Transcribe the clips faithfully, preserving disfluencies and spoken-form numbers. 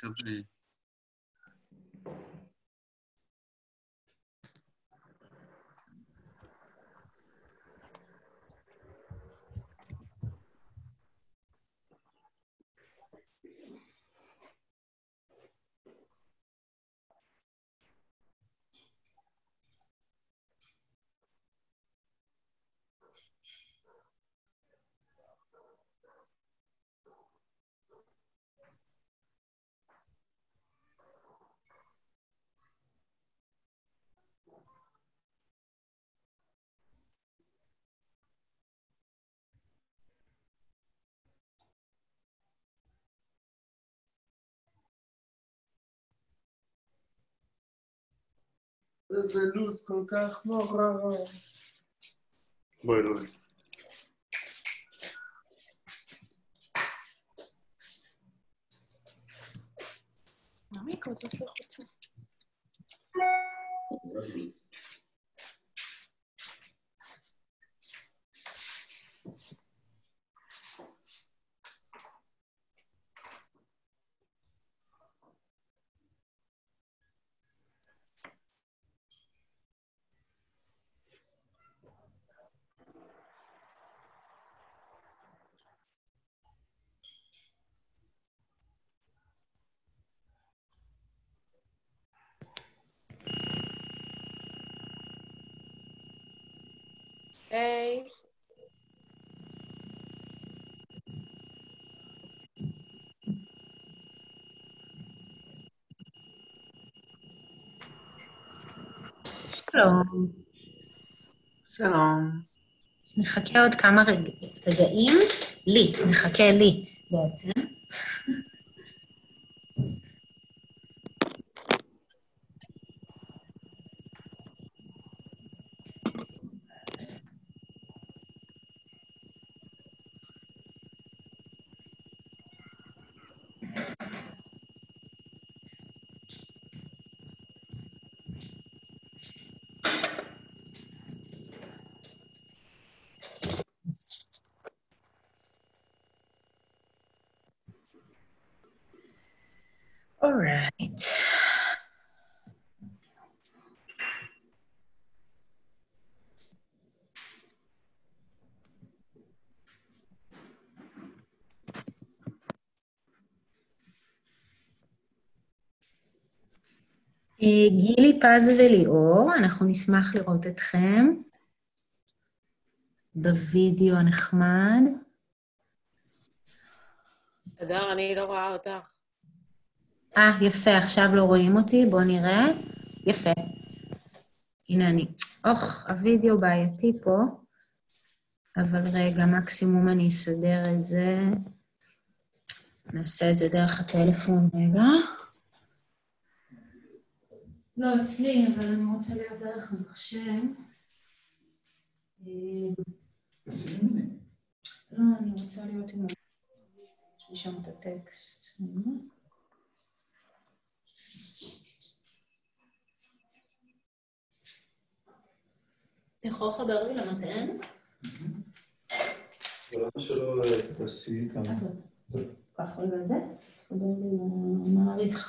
כזה. איזה לו"ז כל כך נורא. בואי אלוהי. מה מיקרו? זה עושה חוצה. היי. שלום. שלום. נחכה עוד כמה רגע, רגעים, לי, נחכה לי בעצם. Alright. גילי, פז וליאור, אנחנו נשמח לראות אתכם בווידאו הנחמד. אדר, אני לא רואה אותך. אה, יפה, עכשיו לא רואים אותי, בואו נראה. יפה. הנה אני, אוח, הווידאו בעייתי פה, אבל רגע, מקסימום אני אסדר את זה. נעשה את זה דרך הטלפון רגע. לא אצלי, אבל אני רוצה להיות דרך המחשב. לא, אני רוצה להיות עם... יש לי שם את הטקסט. אתה יכול לחבר לי למתן? למה שלא תעשי כמה? כך רגע את זה? חבר לי למעריך.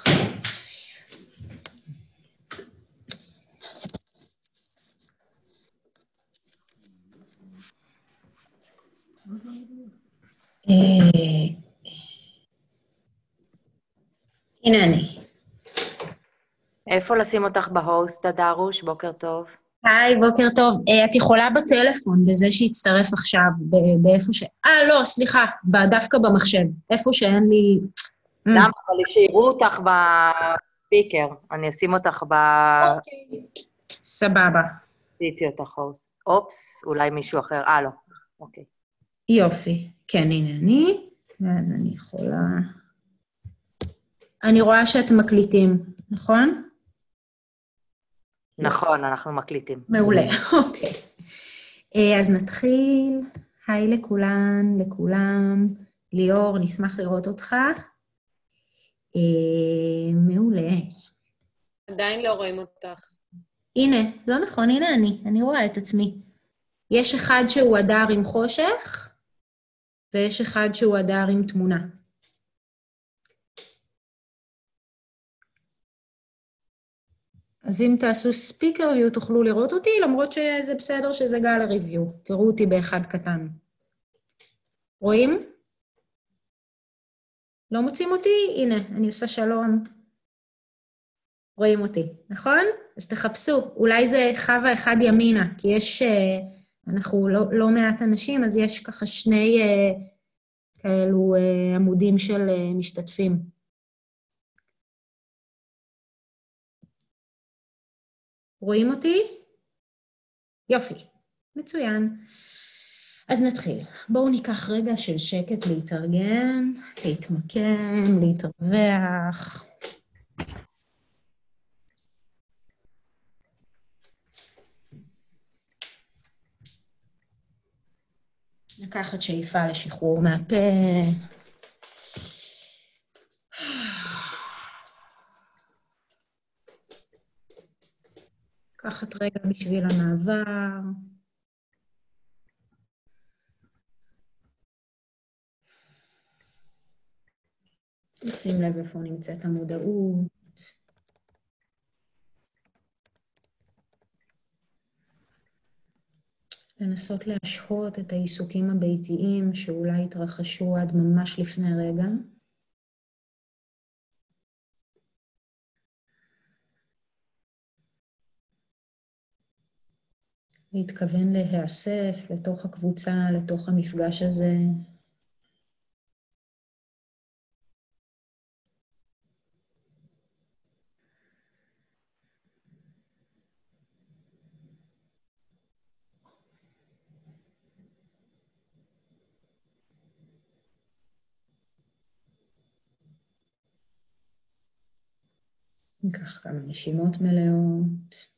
הנה אני. איפה לשים אותך בהוסט, הדרוש? בוקר טוב. היי, בוקר טוב. את יכולה בטלפון, בזה שיצטרף עכשיו, באיפה ש... אה, לא, סליחה, דווקא במחשב. איפה שאין לי... למה? אבל שיראו אותך בספיקר. אני אשים אותך ב... אוקיי. סבבה. עשיתי אותך הוסט. אופס, אולי מישהו אחר. אה, לא. אוקיי. יופי. כן, הנה אני. ואז אני יכולה... אני רואה שאתם מקליטים, נכון? נכון, אנחנו מקליטים. מעולה, אוקיי. אז נתחיל. היי לכולן, לכולם. ליאור, נשמח לראות אותך. מעולה. עדיין לא רואים אותך. הנה, לא נכון, הנה אני, אני רואה את עצמי. יש אחד שהוא אדר עם חושך, ויש אחד שהוא אדר עם תמונה. אז אם תעשו ספיקר ויו תוכלו לראות אותי, למרות שזה בסדר שזה גלרי ויו. תראו אותי באחד קטן. רואים? לא מוצאים אותי? הנה, אני עושה שלום. רואים אותי, נכון? אז תחפשו. אולי זה חווה אחד ימינה, כי יש, אנחנו לא, לא מעט אנשים, אז יש ככה שני כאלו עמודים של משתתפים. רואים אותי? יופי, מצוין. אז נתחיל. בואו ניקח רגע של שקט להתארגן, להתמקם, להתרווח. לקחת שאיפה לשחרור מהפה. לקחת רגע בשביל המעבר. נשים לב איפה נמצאת המודעות. לנסות להשהות את העיסוקים הביתיים שאולי התרחשו עד ממש לפני רגע. להתכוון להיאסף לתוך הקבוצה, לתוך המפגש הזה. ניקח כמה נשימות מלאות.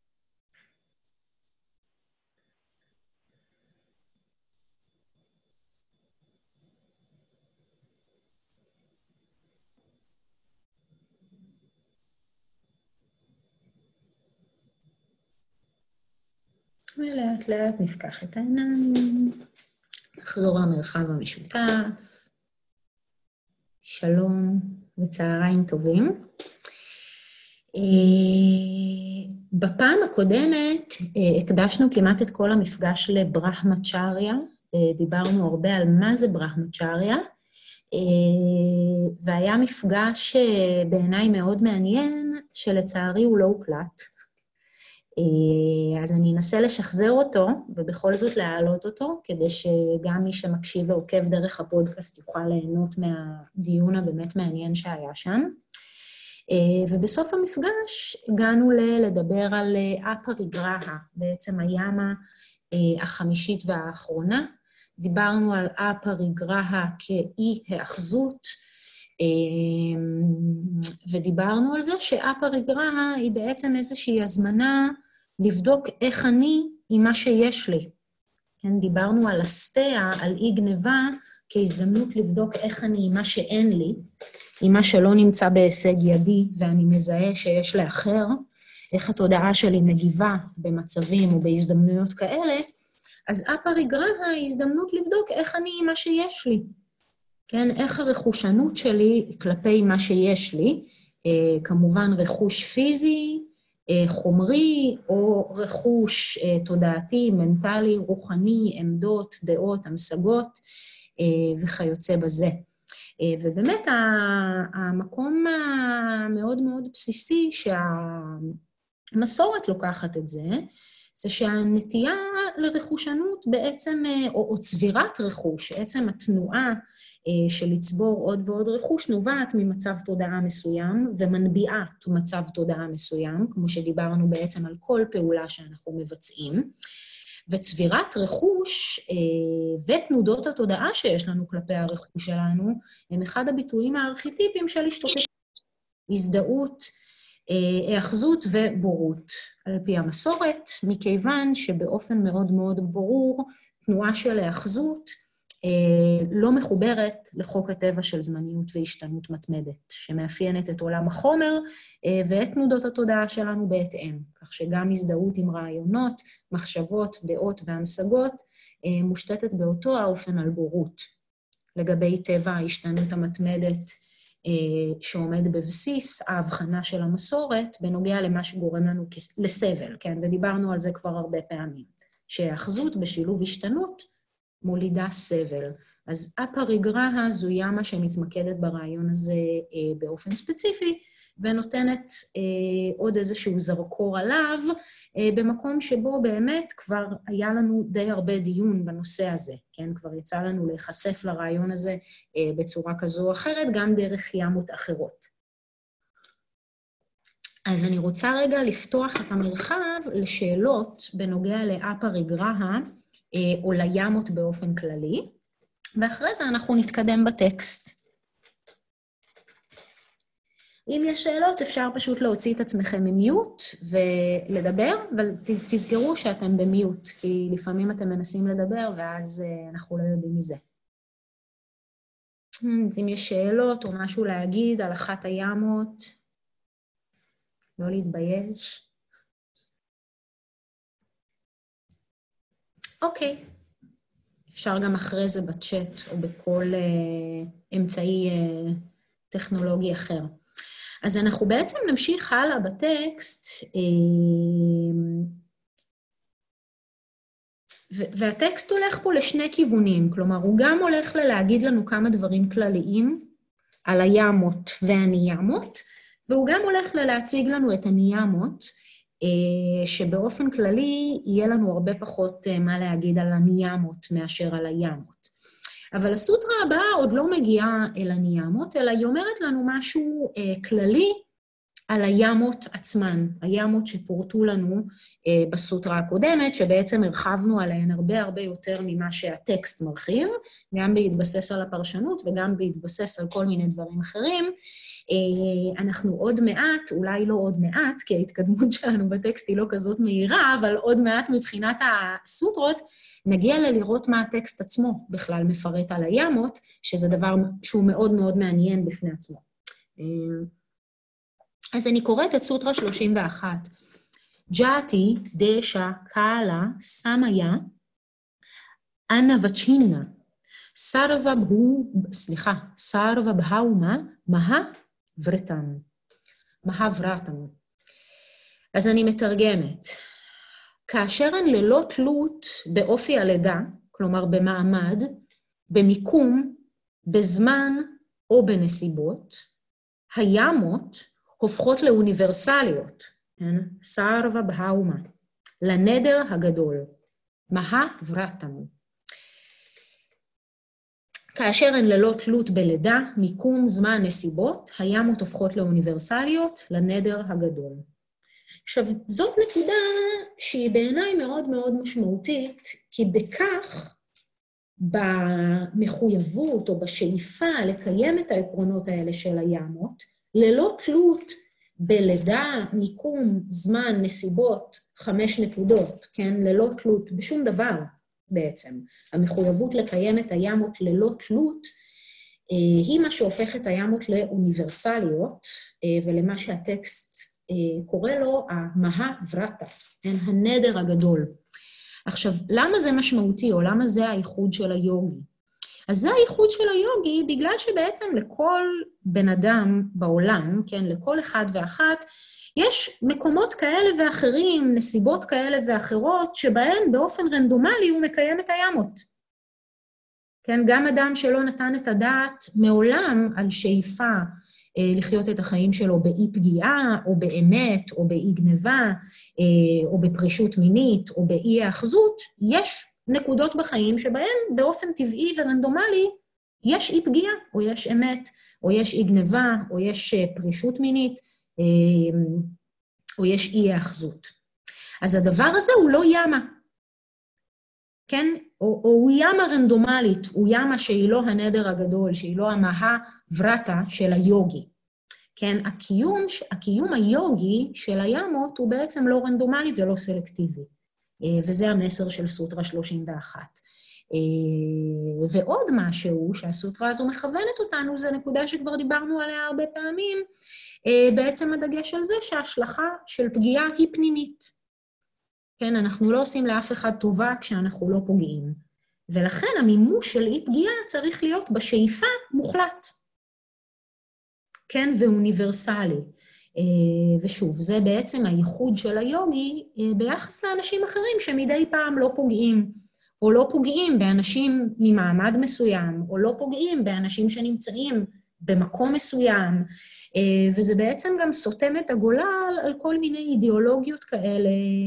ולאט לאט נפקח את העיניים. נחזור למרחב המשותף. שלום וצהריים טובים. בפעם הקודמת הקדשנו כמעט את כל המפגש לברהמצ'ריה, דיברנו הרבה על מה זה ברהמצ'ריה, והיה מפגש בעיניי מאוד מעניין, שלצערי הוא לא הוקלט. אז אני אנסה לשחזר אותו, ובכל זאת להעלות אותו, כדי שגם מי שמקשיב ועוקב דרך הפודקאסט יוכל ליהנות מהדיון הבאמת מעניין שהיה שם. ובסוף המפגש הגענו לדבר על אפריגרהה, בעצם הימה החמישית והאחרונה. דיברנו על אפריגרהה כאי האחזות, ודיברנו על זה שאפריגרהה היא בעצם איזושהי הזמנה לבדוק איך אני עם מה שיש לי. כן, דיברנו על הסטיה, על אי גניבה, כהזדמנות לבדוק איך אני עם מה שאין לי, עם מה שלא נמצא בהישג ידי ואני מזהה שיש לאחר, איך התודעה שלי מגיבה במצבים ובהזדמנויות כאלה, אז אפריגרהה היא הזדמנות לבדוק איך אני עם מה שיש לי. כן, איך הרכושנות שלי כלפי מה שיש לי, אה, כמובן רכוש פיזי, אה, חומרי, או רכוש אה, תודעתי, מנטלי, רוחני, עמדות, דעות, המשגות, אה, וכיוצא בזה. אה, ובאמת המקום המאוד מאוד בסיסי שהמסורת לוקחת את זה, זה שהנטייה לרכושנות בעצם, או, או צבירת רכוש, בעצם התנועה של לצבור עוד ועוד רכוש נובעת ממצב תודעה מסוים, ומנביעה מצב תודעה מסוים, כמו שדיברנו בעצם על כל פעולה שאנחנו מבצעים. וצבירת רכוש ותנודות התודעה שיש לנו כלפי הרכוש שלנו, הם אחד הביטויים הארכיטיפיים של השתוקקות, הזדהות, היאחזות ובורות, על פי המסורת, מכיוון שבאופן מאוד מאוד ברור, תנועה של היאחזות לא מחוברת לחוק הטבע של זמניות והשתנות מתמדת, שמאפיינת את עולם החומר ואת תנודות התודעה שלנו בהתאם, כך שגם הזדהות עם רעיונות, מחשבות, דעות והמשגות, מושתתת באותו האופן על בורות, לגבי טבע ההשתנות המתמדת שעומד בבסיס ההבחנה של המסורת, בנוגע למה שגורם לנו לסבל, כן? ודיברנו על זה כבר הרבה פעמים, שהאחזות בשילוב השתנות מולידה סבל. אז הפריגרהה זו ימה שמתמקדת ברעיון הזה באופן ספציפי, ונותנת אה, עוד איזשהו זרקור עליו, אה, במקום שבו באמת כבר היה לנו די הרבה דיון בנושא הזה, כן? כבר יצא לנו להיחשף לרעיון הזה אה, בצורה כזו או אחרת, גם דרך ימות אחרות. אז אני רוצה רגע לפתוח את המרחב לשאלות בנוגע לאפריגרהה, אה, או לימות באופן כללי, ואחרי זה אנחנו נתקדם בטקסט. אם יש שאלות, אפשר פשוט להוציא את עצמכם ממיוט ולדבר, אבל תזכרו שאתם במיוט, כי לפעמים אתם מנסים לדבר, ואז אנחנו לא יודעים מזה. אם יש שאלות או משהו להגיד על אחת הימות, לא להתבייש. אוקיי. אפשר גם אחרי זה בצ'אט או בכל uh, אמצעי uh, טכנולוגי אחר. אז אנחנו בעצם נמשיך הלאה בטקסט, והטקסט הולך פה לשני כיוונים, כלומר, הוא גם הולך להגיד לנו כמה דברים כלליים על הימות והניימות, והוא גם הולך להציג לנו את הניימות, שבאופן כללי יהיה לנו הרבה פחות מה להגיד על הניימות מאשר על הימות. אבל הסוטרה הבאה עוד לא מגיעה אל הניימות, אלא היא אומרת לנו משהו אה, כללי על הימות עצמן, הימות שפורטו לנו אה, בסוטרה הקודמת, שבעצם הרחבנו עליהן הרבה הרבה יותר ממה שהטקסט מרחיב, גם בהתבסס על הפרשנות וגם בהתבסס על כל מיני דברים אחרים. אה, אנחנו עוד מעט, אולי לא עוד מעט, כי ההתקדמות שלנו בטקסט היא לא כזאת מהירה, אבל עוד מעט מבחינת הסוטרות, נגיע ללראות מה הטקסט עצמו בכלל מפרט על הימות, שזה דבר שהוא מאוד מאוד מעניין בפני עצמו. אז אני קוראת את סוטרה שלושים ואחת. ג'אתי דשא קאלה סמיה אנה וצ'ינה, סרווה בהו, סליחה, סרווה בהאומה, מה ורתם. מה ורתם. אז אני מתרגמת. כאשר הן ללא תלות באופי הלידה, כלומר במעמד, במיקום, בזמן או בנסיבות, הימות הופכות לאוניברסליות, סרווה בהאומה, לנדר הגדול, מה ורתם. כאשר הן ללא תלות בלידה, מיקום, זמן, נסיבות, הימות הופכות לאוניברסליות, לנדר הגדול. עכשיו, זאת נקודה שהיא בעיניי מאוד מאוד משמעותית, כי בכך, במחויבות או בשאיפה לקיים את העקרונות האלה של הימות, ללא תלות בלידה, מיקום, זמן, נסיבות, חמש נקודות, כן? ללא תלות בשום דבר בעצם. המחויבות לקיים את הימות ללא תלות, היא מה שהופך את הימות לאוניברסליות, ולמה שהטקסט קורא לו המהה ורתה, הנדר הגדול. עכשיו, למה זה משמעותי, או למה זה הייחוד של היוגי? אז זה הייחוד של היוגי, בגלל שבעצם לכל בן אדם בעולם, כן, לכל אחד ואחת, יש מקומות כאלה ואחרים, נסיבות כאלה ואחרות, שבהן באופן רנדומלי הוא מקיים את הימות. כן, גם אדם שלא נתן את הדעת מעולם על שאיפה, לחיות את החיים שלו באי פגיעה, או באמת, או באי גניבה, או בפרישות מינית, או באי האחזות, יש נקודות בחיים שבהם באופן טבעי ורנדומלי יש אי פגיעה, או יש אמת, או יש אי גניבה, או יש פרישות מינית, או יש אי האחזות. אז הדבר הזה הוא לא ימה, כן? או, או הוא ימה רנדומלית, הוא ימה שהיא לא הנדר הגדול, שהיא לא המהה ורתה של היוגי. כן, הקיום, הקיום היוגי של הימות הוא בעצם לא רנדומלי ולא סלקטיבי. וזה המסר של סוטרה שלושים ואחת. ועוד משהו שהסוטרה הזו מכוונת אותנו, זה נקודה שכבר דיברנו עליה הרבה פעמים, בעצם הדגש על זה שההשלכה של פגיעה היא פנימית. כן, אנחנו לא עושים לאף אחד טובה כשאנחנו לא פוגעים. ולכן המימוש של אי פגיעה צריך להיות בשאיפה מוחלט. כן, ואוניברסלי. ושוב, זה בעצם הייחוד של היוגי ביחס לאנשים אחרים שמדי פעם לא פוגעים, או לא פוגעים באנשים ממעמד מסוים, או לא פוגעים באנשים שנמצאים במקום מסוים, וזה בעצם גם סותם את הגולל על כל מיני אידיאולוגיות כאלה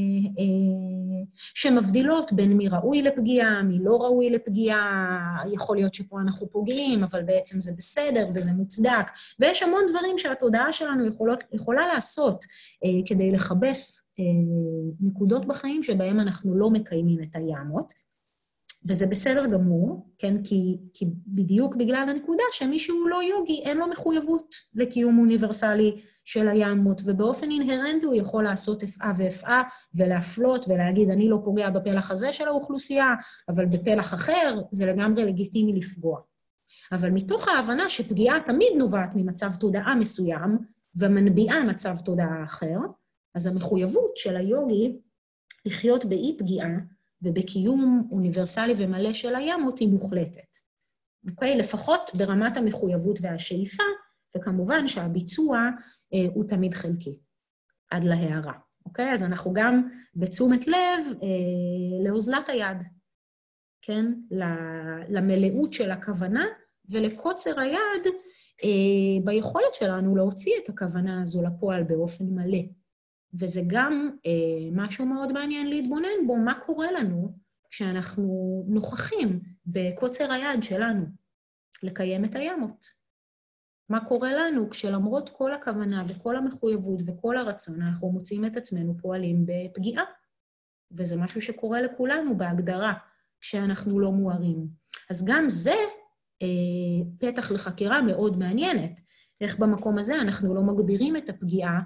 שמבדילות בין מי ראוי לפגיעה, מי לא ראוי לפגיעה, יכול להיות שפה אנחנו פוגעים, אבל בעצם זה בסדר וזה מוצדק, ויש המון דברים שהתודעה שלנו יכולות, יכולה לעשות כדי לחבש נקודות בחיים שבהם אנחנו לא מקיימים את הימות, וזה בסדר גמור, כן? כי, כי בדיוק בגלל הנקודה שמישהו לא יוגי, אין לו מחויבות לקיום אוניברסלי של הימות, ובאופן אינהרנטי הוא יכול לעשות אפעה ואפעה, ולהפלות ולהגיד, אני לא פוגע בפלח הזה של האוכלוסייה, אבל בפלח אחר זה לגמרי לגיטימי לפגוע. אבל מתוך ההבנה שפגיעה תמיד נובעת ממצב תודעה מסוים, ומנביעה מצב תודעה אחר, אז המחויבות של היוגי לחיות באי פגיעה, ובקיום אוניברסלי ומלא של הימות היא מוחלטת. אוקיי? לפחות ברמת המחויבות והשאיפה, וכמובן שהביצוע אה, הוא תמיד חלקי, עד להערה. אוקיי? אז אנחנו גם בתשומת לב אה, לאוזלת היד, כן? למלאות של הכוונה, ולקוצר היד אה, ביכולת שלנו להוציא את הכוונה הזו לפועל באופן מלא. וזה גם אה, משהו מאוד מעניין להתבונן בו, מה קורה לנו כשאנחנו נוכחים בקוצר היד שלנו לקיים את הימות. מה קורה לנו כשלמרות כל הכוונה וכל המחויבות וכל הרצון, אנחנו מוצאים את עצמנו פועלים בפגיעה. וזה משהו שקורה לכולנו בהגדרה כשאנחנו לא מוארים. אז גם זה אה, פתח לחקירה מאוד מעניינת. איך במקום הזה אנחנו לא מגבירים את הפגיעה,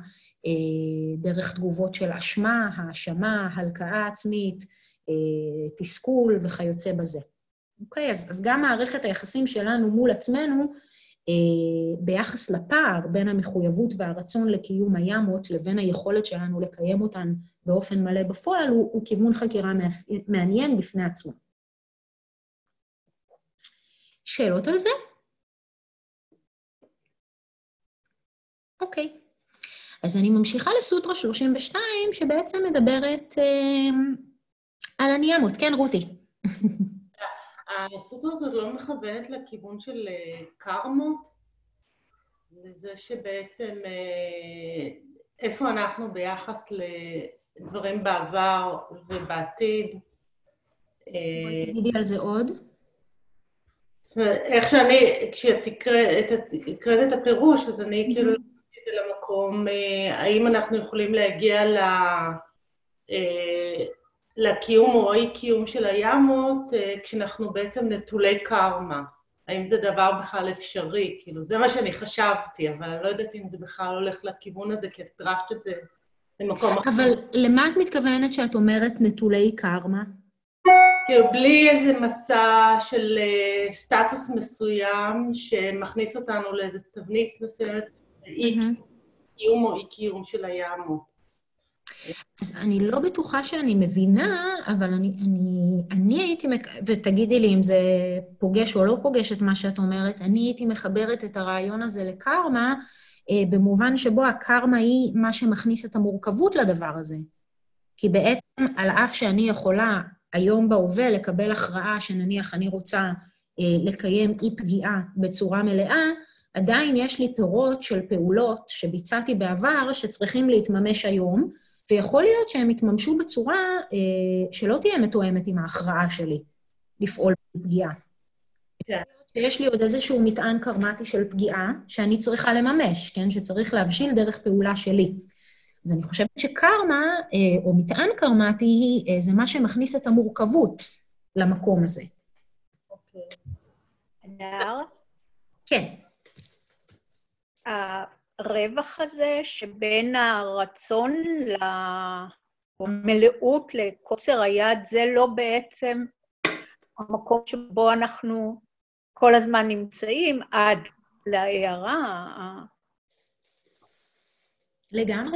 דרך תגובות של אשמה, האשמה, הלקאה עצמית, תסכול וכיוצא בזה. אוקיי, אז, אז גם מערכת היחסים שלנו מול עצמנו, ביחס לפער בין המחויבות והרצון לקיום הימות, לבין היכולת שלנו לקיים אותן באופן מלא בפועל, הוא, הוא כיוון חקירה מעניין בפני עצמו. שאלות על זה? אוקיי. אז אני ממשיכה לסוטרה שלושים ושתיים, שבעצם מדברת אה, על הניאמות. כן, רותי. הסוטרה הזאת לא מכוונת לכיוון של קרמות, לזה שבעצם אה, איפה אנחנו ביחס לדברים בעבר ובעתיד. בואי תגידי על זה עוד. זאת אומרת, איך שאני, כשאת הקראת את הפירוש, אז אני כאילו... למקום, האם אנחנו יכולים להגיע לקיום או אי קיום של הימות כשאנחנו בעצם נטולי קרמה? האם זה דבר בכלל אפשרי? כאילו, זה מה שאני חשבתי, אבל אני לא יודעת אם זה בכלל הולך לכיוון הזה, כי את פירשת את זה למקום אחר. אבל למה את מתכוונת שאת אומרת נטולי קרמה? כאילו, בלי איזה מסע של סטטוס מסוים שמכניס אותנו לאיזו תבנית מסוימת, אי קיום או אי קיום של הימות. אז אני לא בטוחה שאני מבינה, אבל אני, אני, אני הייתי, ותגידי לי אם זה פוגש או לא פוגש את מה שאת אומרת, אני הייתי מחברת את הרעיון הזה לקרמה, במובן שבו הקרמה היא מה שמכניס את המורכבות לדבר הזה. כי בעצם על אף שאני יכולה היום בהווה לקבל הכרעה שנניח אני רוצה לקיים אי פגיעה בצורה מלאה, עדיין יש לי פירות של פעולות שביצעתי בעבר שצריכים להתממש היום, ויכול להיות שהם יתממשו בצורה אה, שלא תהיה מתואמת עם ההכרעה שלי לפעול בפגיעה. כן. יש לי עוד איזשהו מטען קרמטי של פגיעה שאני צריכה לממש, כן? שצריך להבשיל דרך פעולה שלי. אז אני חושבת שקרמה, אה, או מטען קרמטי, אה, זה מה שמכניס את המורכבות למקום הזה. אוקיי. נער? כן. הרווח הזה שבין הרצון למלאות לקוצר היד, זה לא בעצם המקום שבו אנחנו כל הזמן נמצאים עד להערה. לגמרי.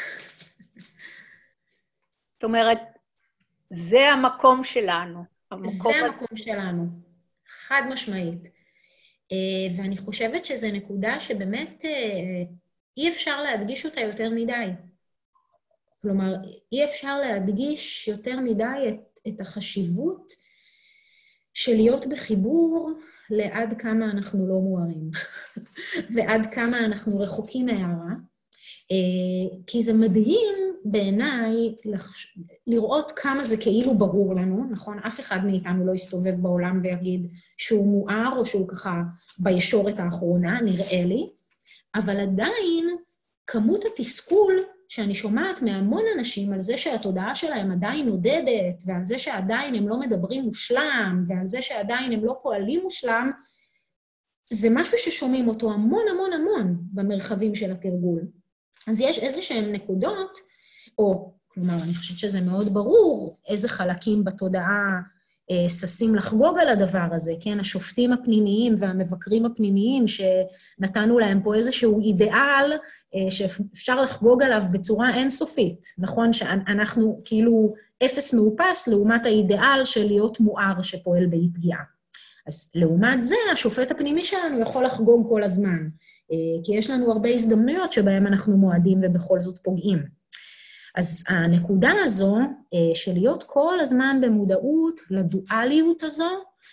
זאת אומרת, זה המקום שלנו. המקום זה המקום שלנו, חד משמעית. ואני חושבת שזו נקודה שבאמת אי אפשר להדגיש אותה יותר מדי. כלומר, אי אפשר להדגיש יותר מדי את, את החשיבות של להיות בחיבור לעד כמה אנחנו לא מוארים, ועד כמה אנחנו רחוקים מהערה, כי זה מדהים בעיניי לראות כמה זה כאילו ברור לנו, נכון? אף אחד מאיתנו לא יסתובב בעולם ויגיד שהוא מואר או שהוא ככה בישורת האחרונה, נראה לי, אבל עדיין כמות התסכול שאני שומעת מהמון אנשים על זה שהתודעה שלהם עדיין נודדת, ועל זה שעדיין הם לא מדברים מושלם, ועל זה שעדיין הם לא פועלים מושלם, זה משהו ששומעים אותו המון המון המון במרחבים של התרגול. אז יש איזשהם נקודות, או, כלומר, אני חושבת שזה מאוד ברור, איזה חלקים בתודעה אה, ססים לחגוג על הדבר הזה, כן? השופטים הפנימיים והמבקרים הפנימיים, שנתנו להם פה איזשהו אידיאל, אה, שאפשר לחגוג עליו בצורה אינסופית, נכון? שאנחנו כאילו אפס מאופס לעומת האידיאל של להיות מואר שפועל באי פגיעה. אז לעומת זה, השופט הפנימי שלנו יכול לחגוג כל הזמן, כי יש לנו הרבה הזדמנויות שבהן אנחנו מועדים ובכל זאת פוגעים. אז הנקודה הזו, של להיות כל הזמן במודעות לדואליות הזו,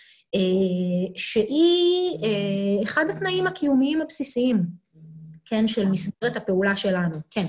שהיא אחד התנאים הקיומיים הבסיסיים, כן, של מסגרת הפעולה שלנו. כן.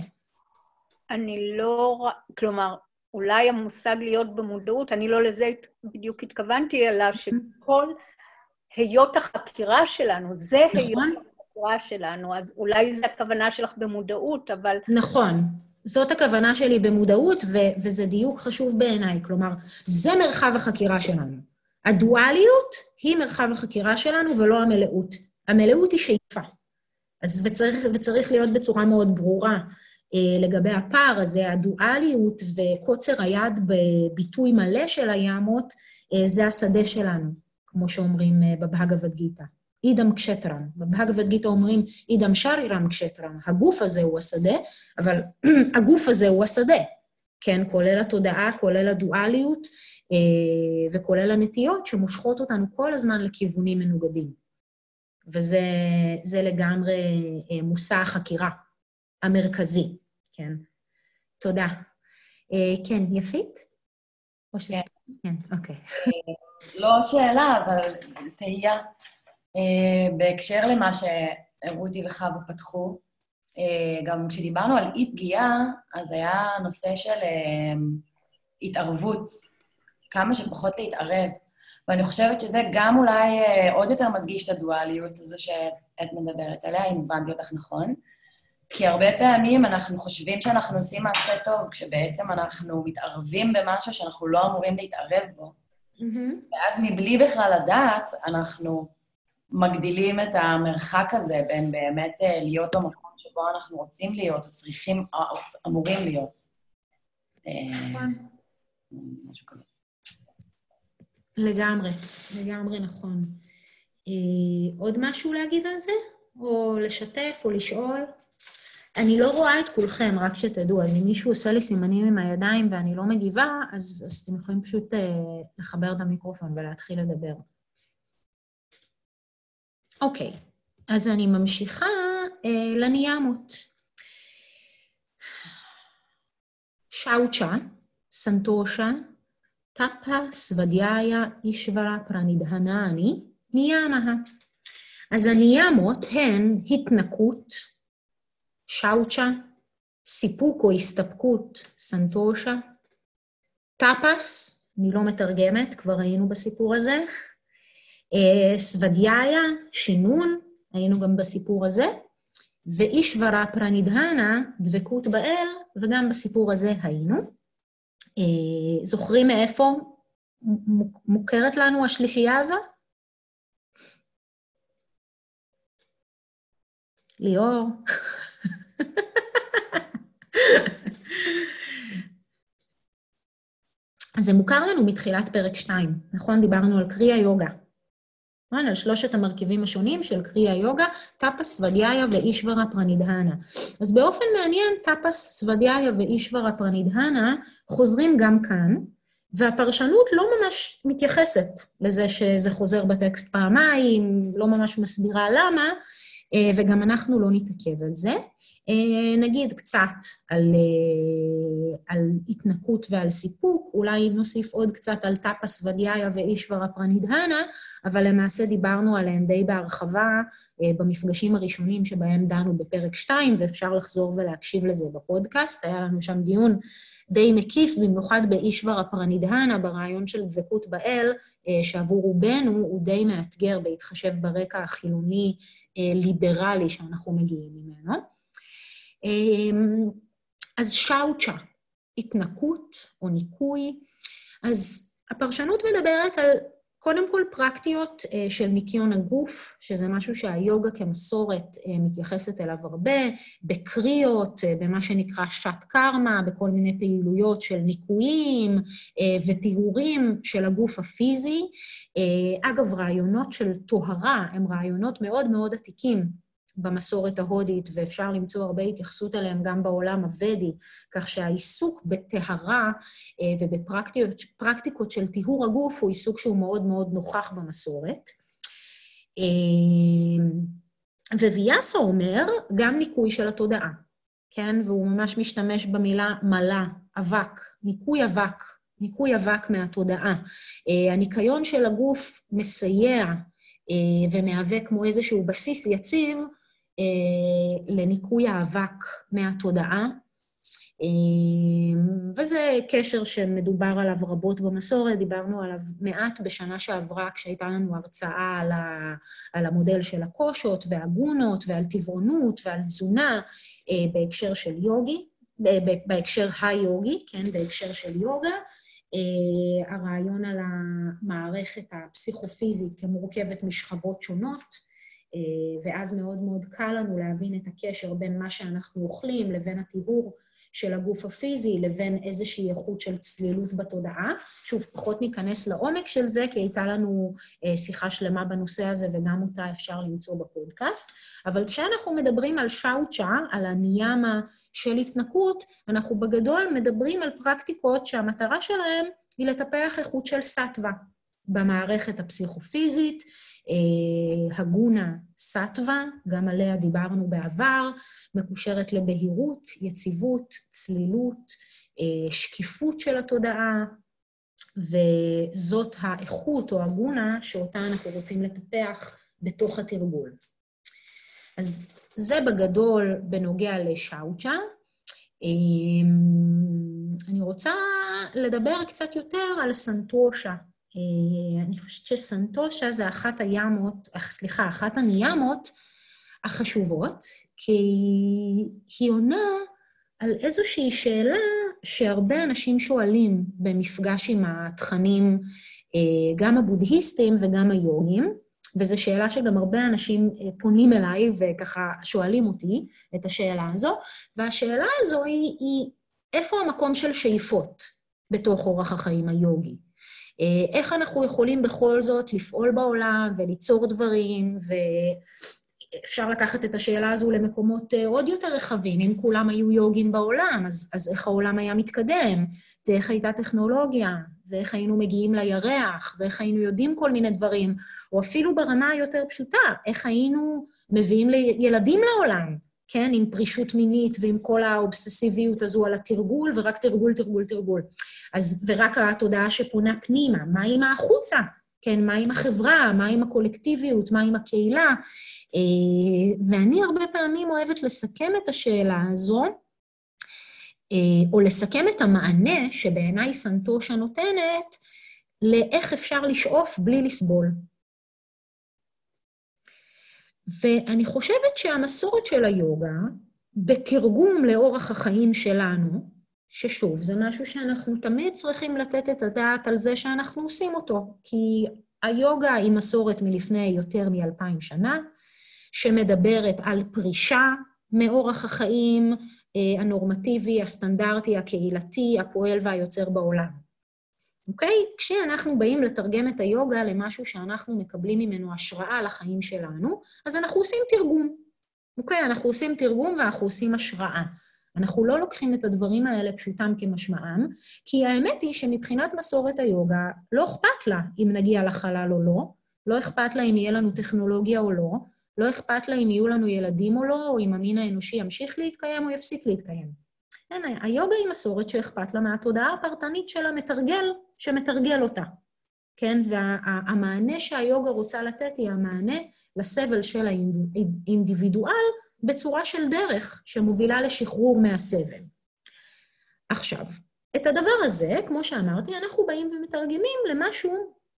אני לא, כלומר, אולי המושג להיות במודעות, אני לא לזה בדיוק התכוונתי עליו, שכל היות החקירה שלנו, זה נכון. היות החקירה שלנו, אז אולי זה הכוונה שלך במודעות, אבל... נכון, זאת הכוונה שלי במודעות, ו- וזה דיוק חשוב בעיניי, כלומר, זה מרחב החקירה שלנו. הדואליות היא מרחב החקירה שלנו ולא המלאות. המלאות היא שאיפה. אז וצריך, וצריך להיות בצורה מאוד ברורה אה, לגבי הפער הזה, הדואליות וקוצר היד בביטוי מלא של הימות, אה, זה השדה שלנו, כמו שאומרים אה, בבהגבד גיטה. אידם קשטרם. בבהגבד גיטה אומרים, אידם שרירם קשטרם. הגוף הזה הוא השדה, אבל הגוף הזה הוא השדה. כן, כולל התודעה, כולל הדואליות, אה, וכולל הנטיות שמושכות אותנו כל הזמן לכיוונים מנוגדים. וזה זה לגמרי אה, מושא החקירה המרכזי, כן. תודה. אה, כן, יפית? או ש... כן. כן, אוקיי. לא שאלה, אבל תהייה. Uh, בהקשר למה שרותי וחווה פתחו, uh, גם כשדיברנו על אי פגיעה, אז היה נושא של uh, התערבות, כמה שפחות להתערב. ואני חושבת שזה גם אולי uh, עוד יותר מדגיש את הדואליות הזו שאת מדברת עליה, אם הבנתי אותך נכון. כי הרבה פעמים אנחנו חושבים שאנחנו עושים מעשה טוב, כשבעצם אנחנו מתערבים במשהו שאנחנו לא אמורים להתערב בו. Mm-hmm. ואז מבלי בכלל לדעת, אנחנו מגדילים את המרחק הזה בין באמת להיות במקום שבו אנחנו רוצים להיות, או צריכים, או אמורים להיות. נכון. משהו כזה. לגמרי, לגמרי נכון. עוד משהו להגיד על זה? או לשתף, או לשאול? אני לא רואה את כולכם, רק שתדעו, אז אם מישהו עושה לי סימנים עם הידיים ואני לא מגיבה, אז, אז אתם יכולים פשוט לחבר את המיקרופון ולהתחיל לדבר. אוקיי, אז אני ממשיכה אה, לניאמות. שאוצ'ה, סנטושה, טפה, סוודייה, אישברה, פרנידהנני, ניאמה. אז הניאמות הן התנקות, שאוצ'ה, סיפוק או הסתפקות, סנטושה, טפס, אני לא מתרגמת, כבר היינו בסיפור הזה, סוודייה, שינון, היינו גם בסיפור הזה, ואישברה פרנידהנה, דבקות באל, וגם בסיפור הזה היינו. זוכרים מאיפה מוכרת לנו השלישייה הזו? ליאור. אז זה מוכר לנו מתחילת פרק שתיים, נכון? דיברנו על קריאה יוגה. על שלושת המרכיבים השונים של קריאה יוגה, טפס, סוודייה ואישברה פרנידהנה. אז באופן מעניין, טפס, סוודייה ואישברה פרנידהנה חוזרים גם כאן, והפרשנות לא ממש מתייחסת לזה שזה חוזר בטקסט פעמיים, לא ממש מסבירה למה, וגם אנחנו לא נתעכב על זה. נגיד קצת על, על התנקות ועל סיפוק, אולי נוסיף עוד קצת על טאפס ודיהיה ואישברה פרנידהנה, אבל למעשה דיברנו עליהם די בהרחבה במפגשים הראשונים שבהם דנו בפרק שתיים, ואפשר לחזור ולהקשיב לזה בפודקאסט. היה לנו שם דיון די מקיף, במיוחד באישברה פרנידהנה, ברעיון של דבקות באל, שעבור רובנו הוא די מאתגר בהתחשב ברקע החילוני ליברלי שאנחנו מגיעים ממנו. אז שאוצ'ה, התנקות או ניקוי. אז הפרשנות מדברת על קודם כל פרקטיות של ניקיון הגוף, שזה משהו שהיוגה כמסורת מתייחסת אליו הרבה, בקריאות, במה שנקרא שעת קרמה, בכל מיני פעילויות של ניקויים וטיהורים של הגוף הפיזי. אגב, רעיונות של טוהרה הם רעיונות מאוד מאוד עתיקים במסורת ההודית, ואפשר למצוא הרבה התייחסות עליהם גם בעולם הוודי, כך שהעיסוק בטהרה ובפרקטיקות של טיהור הגוף הוא עיסוק שהוא מאוד מאוד נוכח במסורת. וויאסה אומר גם ניקוי של התודעה, כן? והוא ממש משתמש במילה מלה, אבק, ניקוי אבק, ניקוי אבק מהתודעה. הניקיון של הגוף מסייע ומהווה כמו איזשהו בסיס יציב, לניקוי האבק מהתודעה, וזה קשר שמדובר עליו רבות במסורת, דיברנו עליו מעט בשנה שעברה, כשהייתה לנו הרצאה על, ה, על המודל של הקושות והגונות ועל טבעונות ועל תזונה בהקשר של יוגי, בהקשר היוגי, כן, בהקשר של יוגה, הרעיון על המערכת הפסיכופיזית כמורכבת משכבות שונות, ואז מאוד מאוד קל לנו להבין את הקשר בין מה שאנחנו אוכלים לבין הטיהור של הגוף הפיזי, לבין איזושהי איכות של צלילות בתודעה. שוב, פחות ניכנס לעומק של זה, כי הייתה לנו שיחה שלמה בנושא הזה, וגם אותה אפשר למצוא בפודקאסט. אבל כשאנחנו מדברים על שאוצ'ה, על הניאמה של התנקות, אנחנו בגדול מדברים על פרקטיקות שהמטרה שלהן היא לטפח איכות של סטווה במערכת הפסיכופיזית, הגונה סטווה, גם עליה דיברנו בעבר, מקושרת לבהירות, יציבות, צלילות, שקיפות של התודעה, וזאת האיכות או הגונה שאותה אנחנו רוצים לטפח בתוך התרגול. אז זה בגדול בנוגע לשאוצ'ה. אני רוצה לדבר קצת יותר על סנטושה. אני חושבת שסנטושה זה אחת הימות, סליחה, אחת הניאמות החשובות, כי היא עונה על איזושהי שאלה שהרבה אנשים שואלים במפגש עם התכנים, גם הבודהיסטים וגם היוגים, וזו שאלה שגם הרבה אנשים פונים אליי וככה שואלים אותי את השאלה הזו, והשאלה הזו היא, היא איפה המקום של שאיפות בתוך אורח החיים היוגי? איך אנחנו יכולים בכל זאת לפעול בעולם וליצור דברים, ואפשר לקחת את השאלה הזו למקומות עוד יותר רחבים. אם כולם היו יוגים בעולם, אז, אז איך העולם היה מתקדם, ואיך הייתה טכנולוגיה, ואיך היינו מגיעים לירח, ואיך היינו יודעים כל מיני דברים, או אפילו ברמה היותר פשוטה, איך היינו מביאים ילדים לעולם, כן, עם פרישות מינית ועם כל האובססיביות הזו על התרגול, ורק תרגול, תרגול, תרגול. אז, ורק התודעה שפונה פנימה, מה עם החוצה? כן, מה עם החברה, מה עם הקולקטיביות, מה עם הקהילה? ואני הרבה פעמים אוהבת לסכם את השאלה הזו, או לסכם את המענה שבעיניי סנטושה נותנת, לאיך אפשר לשאוף בלי לסבול. ואני חושבת שהמסורת של היוגה, בתרגום לאורח החיים שלנו, ששוב, זה משהו שאנחנו תמיד צריכים לתת את הדעת על זה שאנחנו עושים אותו, כי היוגה היא מסורת מלפני יותר מאלפיים שנה, שמדברת על פרישה מאורח החיים הנורמטיבי, הסטנדרטי, הקהילתי, הפועל והיוצר בעולם. אוקיי? כשאנחנו באים לתרגם את היוגה למשהו שאנחנו מקבלים ממנו השראה לחיים שלנו, אז אנחנו עושים תרגום. אוקיי? אנחנו עושים תרגום ואנחנו עושים השראה. אנחנו לא לוקחים את הדברים האלה פשוטם כמשמעם, כי האמת היא שמבחינת מסורת היוגה לא אכפת לה אם נגיע לחלל או לא, לא אכפת לה אם יהיה לנו טכנולוגיה או לא, לא אכפת לה אם יהיו לנו ילדים או לא, או אם המין האנושי ימשיך להתקיים או יפסיק להתקיים. כן, היוגה היא מסורת שאכפת לה מהתודעה הפרטנית של המתרגל שמתרגל אותה. כן, והמענה שהיוגה רוצה לתת היא המענה לסבל של האינדיבידואל בצורה של דרך שמובילה לשחרור מהסבל. עכשיו, את הדבר הזה, כמו שאמרתי, אנחנו באים ומתרגמים למשהו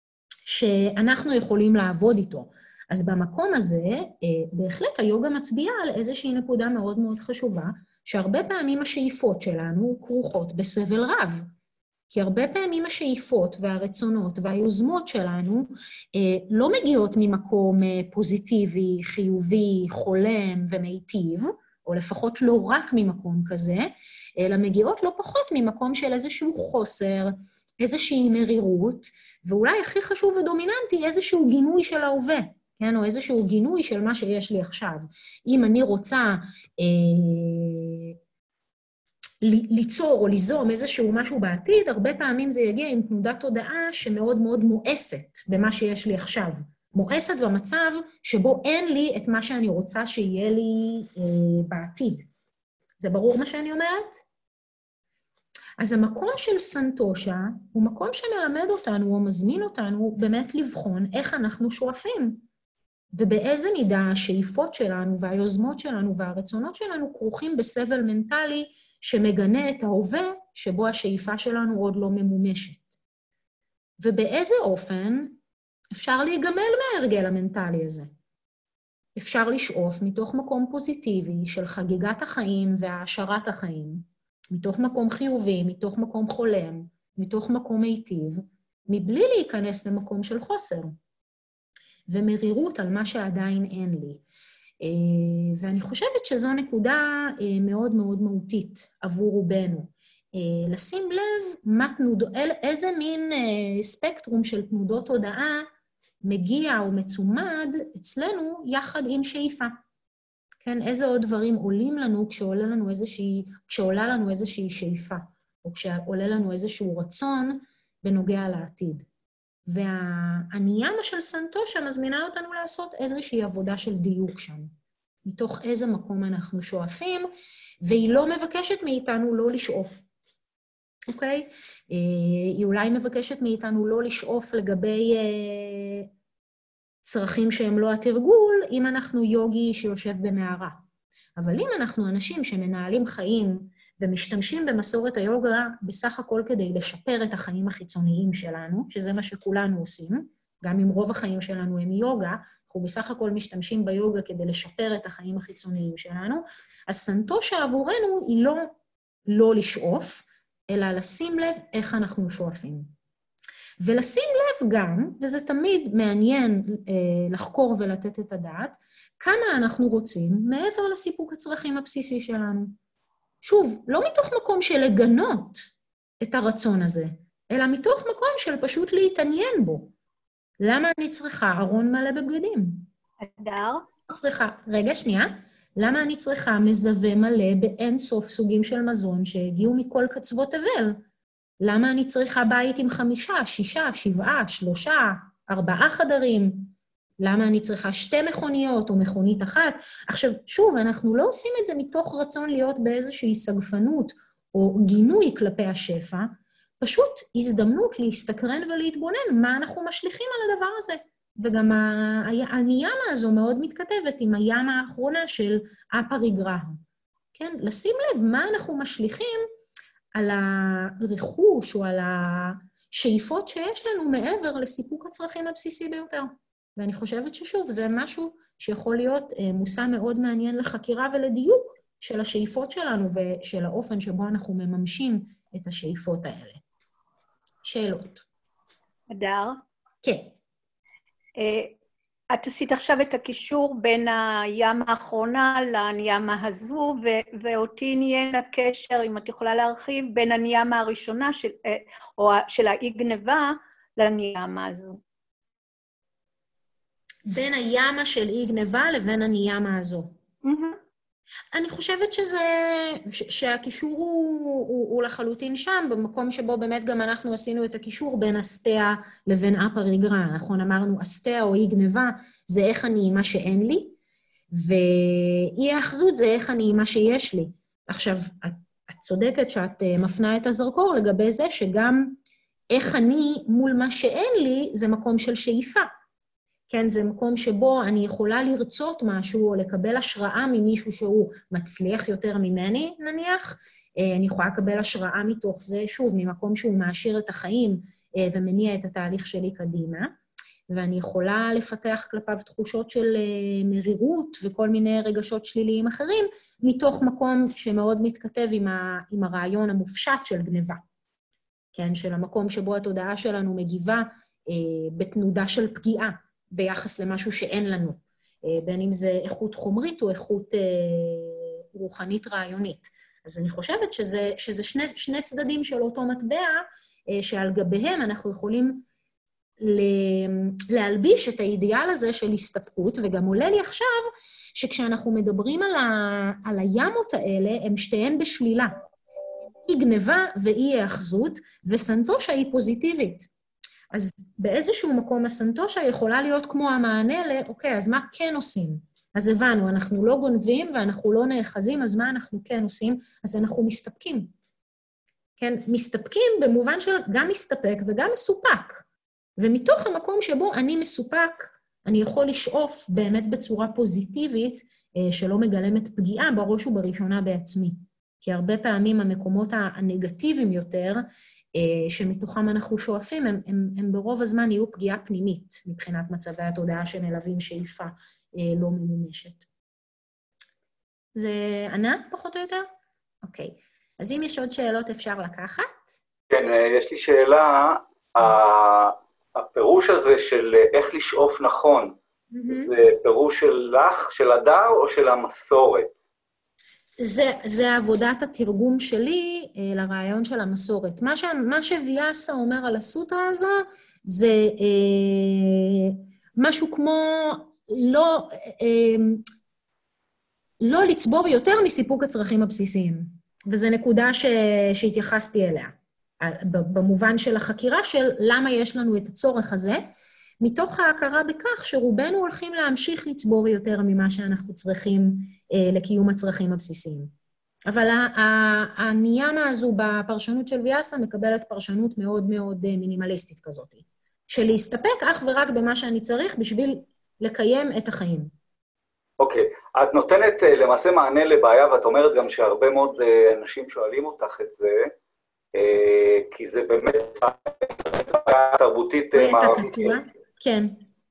שאנחנו יכולים לעבוד איתו. אז במקום הזה, בהחלט היוגה מצביעה על איזושהי נקודה מאוד מאוד חשובה, שהרבה פעמים השאיפות שלנו כרוכות בסבל רב. כי הרבה פעמים השאיפות והרצונות והיוזמות שלנו אה, לא מגיעות ממקום אה, פוזיטיבי, חיובי, חולם ומיטיב, או לפחות לא רק ממקום כזה, אלא מגיעות לא פחות ממקום של איזשהו חוסר, איזושהי מרירות, ואולי הכי חשוב ודומיננטי, איזשהו גינוי של ההווה, כן? או איזשהו גינוי של מה שיש לי עכשיו. אם אני רוצה אה, ליצור או ליזום איזשהו משהו בעתיד, הרבה פעמים זה יגיע עם תנודת תודעה שמאוד מאוד מואסת במה שיש לי עכשיו. מואסת במצב שבו אין לי את מה שאני רוצה שיהיה לי אה, בעתיד. זה ברור מה שאני אומרת? אז המקום של סנטושה הוא מקום שמלמד אותנו או מזמין אותנו באמת לבחון איך אנחנו שואפים. ובאיזה מידה השאיפות שלנו והיוזמות שלנו והרצונות שלנו כרוכים בסבל מנטלי שמגנה את ההווה שבו השאיפה שלנו עוד לא ממומשת. ובאיזה אופן אפשר להיגמל מההרגל המנטלי הזה. אפשר לשאוף מתוך מקום פוזיטיבי של חגיגת החיים והעשרת החיים, מתוך מקום חיובי, מתוך מקום חולם, מתוך מקום מיטיב, מבלי להיכנס למקום של חוסר. ומרירות על מה שעדיין אין לי. ואני חושבת שזו נקודה מאוד מאוד מהותית עבור רובנו. לשים לב מה תנוד... איזה מין ספקטרום של תנודות הודעה מגיע או מצומד אצלנו יחד עם שאיפה. כן, איזה עוד דברים עולים לנו כשעולה לנו איזושהי, כשעולה לנו איזושהי שאיפה, או כשעולה לנו איזשהו רצון בנוגע לעתיד. והניאמה של סנטושה מזמינה אותנו לעשות איזושהי עבודה של דיוק שם, מתוך איזה מקום אנחנו שואפים, והיא לא מבקשת מאיתנו לא לשאוף, אוקיי? היא אולי מבקשת מאיתנו לא לשאוף לגבי צרכים שהם לא התרגול, אם אנחנו יוגי שיושב במערה. אבל אם אנחנו אנשים שמנהלים חיים ומשתמשים במסורת היוגה בסך הכל כדי לשפר את החיים החיצוניים שלנו, שזה מה שכולנו עושים, גם אם רוב החיים שלנו הם יוגה, אנחנו בסך הכל משתמשים ביוגה כדי לשפר את החיים החיצוניים שלנו, אז סנטושה עבורנו היא לא לא לשאוף, אלא לשים לב איך אנחנו שואפים. ולשים לב גם, וזה תמיד מעניין אה, לחקור ולתת את הדעת, כמה אנחנו רוצים מעבר לסיפוק הצרכים הבסיסי שלנו. שוב, לא מתוך מקום של לגנות את הרצון הזה, אלא מתוך מקום של פשוט להתעניין בו. למה אני צריכה ארון מלא בבגדים? אדר? צריכה, רגע, שנייה. למה אני צריכה מזווה מלא באין סוף סוגים של מזון שהגיעו מכל קצוות תבל? למה אני צריכה בית עם חמישה, שישה, שבעה, שלושה, ארבעה חדרים? למה אני צריכה שתי מכוניות או מכונית אחת? עכשיו, שוב, אנחנו לא עושים את זה מתוך רצון להיות באיזושהי סגפנות או גינוי כלפי השפע, פשוט הזדמנות להסתקרן ולהתבונן מה אנחנו משליכים על הדבר הזה. וגם הניאמה הזו מאוד מתכתבת עם הימה האחרונה של הפריגרהה. כן? לשים לב מה אנחנו משליכים על הריחוש או על השאיפות שיש לנו מעבר לסיפוק הצרכים הבסיסי ביותר. ואני חושבת ששוב, זה משהו שיכול להיות מושא מאוד מעניין לחקירה ולדיוק של השאיפות שלנו ושל האופן שבו אנחנו מממשים את השאיפות האלה. שאלות. אדר? כן. את עשית עכשיו את הקישור בין הימה האחרונה לניאמה הזו, ו- ואותי עניין הקשר, אם את יכולה להרחיב, בין הניאמה הראשונה של, או של האי גנבה לניאמה הזו. בין הימה של אי גנבה לבין הניאמה הזו. Mm-hmm. אני חושבת שזה, ש, שהקישור הוא, הוא, הוא לחלוטין שם, במקום שבו באמת גם אנחנו עשינו את הקישור בין אסתיה לבין אפה ריגרה. נכון, אמרנו אסתיה או אי גניבה, זה איך אני עם מה שאין לי, ואי האחזות זה איך אני עם מה שיש לי. עכשיו, את, את צודקת שאת מפנה את הזרקור לגבי זה, שגם איך אני מול מה שאין לי, זה מקום של שאיפה. כן, זה מקום שבו אני יכולה לרצות משהו, או לקבל השראה ממישהו שהוא מצליח יותר ממני, נניח. אני יכולה לקבל השראה מתוך זה, שוב, ממקום שהוא מעשיר את החיים, ומניע את התהליך שלי קדימה. ואני יכולה לפתח כלפיו תחושות של מרירות, וכל מיני רגשות שליליים אחרים, מתוך מקום שמאוד מתכתב עם, ה, עם הרעיון המופשט של גניבה. כן, של המקום שבו התודעה שלנו מגיבה בתנודה של פגיעה, ביחס למשהו שאין לנו, בין אם זה איכות חומרית או איכות רוחנית רעיונית. אז אני חושבת שזה, שזה שני, שני צדדים של אותו מטבע, שעל גביהם אנחנו יכולים להלביש את האידיאל הזה של הסתפקות, וגם עולה לי עכשיו שכשאנחנו מדברים על, ה, על הימות האלה, הם שתיהן בשלילה. היא גניבה והיא האחזות, וסנטושה היא פוזיטיבית. אז באיזשהו מקום הסנטושה יכולה להיות כמו המענה ל, אוקיי, אז מה כן עושים? אז הבנו, אנחנו לא גונבים ואנחנו לא נאחזים, אז מה אנחנו כן עושים? אז אנחנו מסתפקים. כן, מסתפקים במובן של גם מסתפק וגם מסופק. ומתוך המקום שבו אני מסופק, אני יכול לשאוף באמת בצורה פוזיטיבית, שלא מגלמת פגיעה בראש ובראשונה בעצמי. כי הרבה פעמים המקומות הנגטיביים יותר, שמתוכם אנחנו שואפים, הם, הם, הם ברוב הזמן יהיו פגיעה פנימית, מבחינת מצבי התודעה שמלווים שאיפה לא ממומשת. זה ענה, פחות או יותר? אוקיי. אז אם יש עוד שאלות אפשר לקחת? כן, יש לי שאלה. הפירוש הזה של איך לשאוף נכון, זה פירוש של לך, של הדר או של המסורת? זה, זה עבודת התרגום שלי אה, לרעיון של המסורת. מה, ש, מה שוויאסה אומר על הסוטרה הזו, זה אה, משהו כמו לא, אה, לא לצבור יותר מסיפוק הצרכים הבסיסיים. וזו נקודה ש, שהתייחסתי אליה. במובן של החקירה של למה יש לנו את הצורך הזה, מתוך ההכרה בכך שרובנו הולכים להמשיך לצבור יותר ממה שאנחנו צריכים אה, לקיום הצרכים הבסיסיים. אבל הניימה הזו בפרשנות של ויאסה מקבלת פרשנות מאוד מאוד מינימליסטית כזאת, של להסתפק אך ורק במה שאני צריך בשביל לקיים את החיים. אוקיי, okay. את נותנת למעשה מענה לבעיה, ואת אומרת גם שהרבה מאוד אנשים שואלים אותך את זה, כי זה באמת בעיה תרבותית מערבית. כן.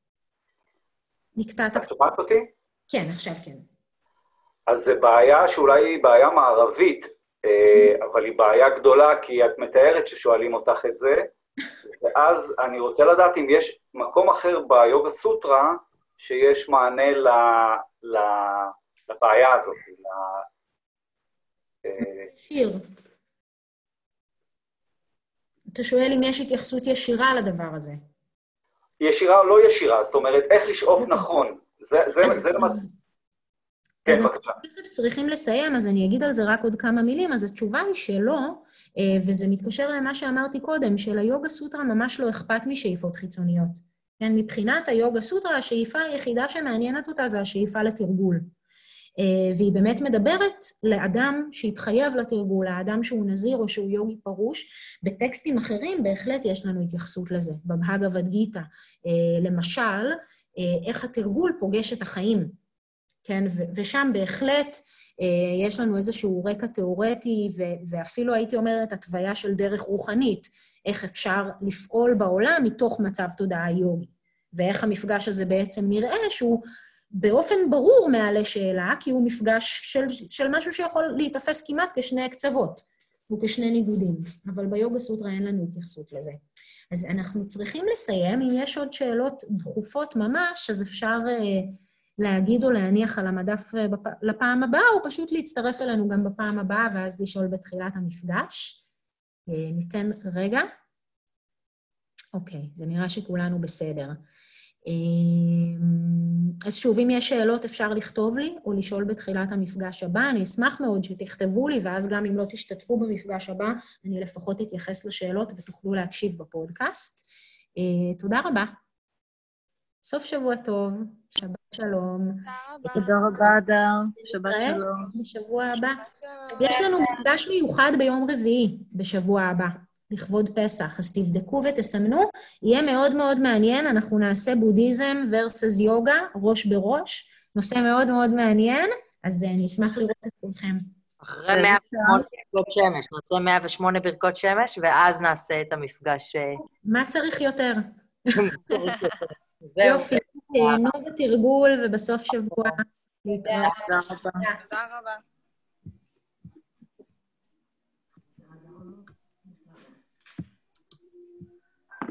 נקטעת. את שומעת אותי? כן, עכשיו כן. אז זו בעיה שאולי היא בעיה מערבית, אבל היא בעיה גדולה, כי את מתארת ששואלים אותך את זה, ואז אני רוצה לדעת אם יש מקום אחר ביוגה סוטרה, שיש מענה ל, ל, לבעיה הזאת. שיר. אתה שואל אם יש התייחסות ישירה לדבר הזה. ישירה או לא ישירה, זאת אומרת, איך לשאוף נכון. זה, זה, אז, זה אז, למד... אז, כן, אז בבקשה. אנחנו צריכים לסיים, אז אני אגיד על זה רק עוד כמה מילים, אז התשובה היא שלא, וזה מתקשר למה שאמרתי קודם, שליוגה סוטרה ממש לא אכפת משאיפות חיצוניות. כן, מבחינת היוגה סוטרה, השאיפה היחידה שמעניינת אותה זה השאיפה לתרגול. והיא באמת מדברת לאדם שהתחייב לתרגול, לאדם שהוא נזיר או שהוא יוגי פרוש. בטקסטים אחרים בהחלט יש לנו התייחסות לזה. בבהגבד גיטה, למשל, איך התרגול פוגש את החיים. כן, ושם בהחלט יש לנו איזשהו רקע תיאורטי, ואפילו הייתי אומרת התוויה של דרך רוחנית, איך אפשר לפעול בעולם מתוך מצב תודעה יוגי. ואיך המפגש הזה בעצם נראה שהוא באופן ברור מעלה שאלה, כי הוא מפגש של, של משהו שיכול להתאפס כמעט כשני קצוות, וכשני ניגודים. אבל ביוגה סוטרה אין לנו התייחסות לזה. אז אנחנו צריכים לסיים, אם יש עוד שאלות דחופות ממש, אז אפשר uh, להגיד או להניח על המדף uh, בפ... לפעם הבאה, או פשוט להצטרף אלינו גם בפעם הבאה, ואז לשאול בתחילת המפגש. Uh, ניתן רגע. אוקיי, זה נראה שכולנו בסדר. אז שוב, אם יש שאלות אפשר לכתוב לי, או לשאול בתחילת המפגש הבא. אני אשמח מאוד שתכתבו לי, ואז גם אם לא תשתתפו במפגש הבא, אני לפחות אתייחס לשאלות ותוכלו להקשיב בפודקאסט. תודה רבה. סוף שבוע טוב, שבת שלום. תודה רבה, אדר. שבת שלום. בשבוע הבא. יש לנו מפגש מיוחד ביום רביעי בשבוע הבא, לכבוד פסח, אז תבדקו ותסמנו. יהיה מאוד מאוד מעניין, אנחנו נעשה בודהיזם versus יוגה, ראש בראש, נושא מאוד מאוד מעניין, אז אני אשמח לראות את כולכם. אחרי מאה ושמונה ברכות שמש, נעשה מאה ושמונה ברכות שמש, ואז נעשה את המפגש. מה צריך יותר? יופי, תהנו בתרגול ובסוף שבוע. תודה רבה. תודה רבה.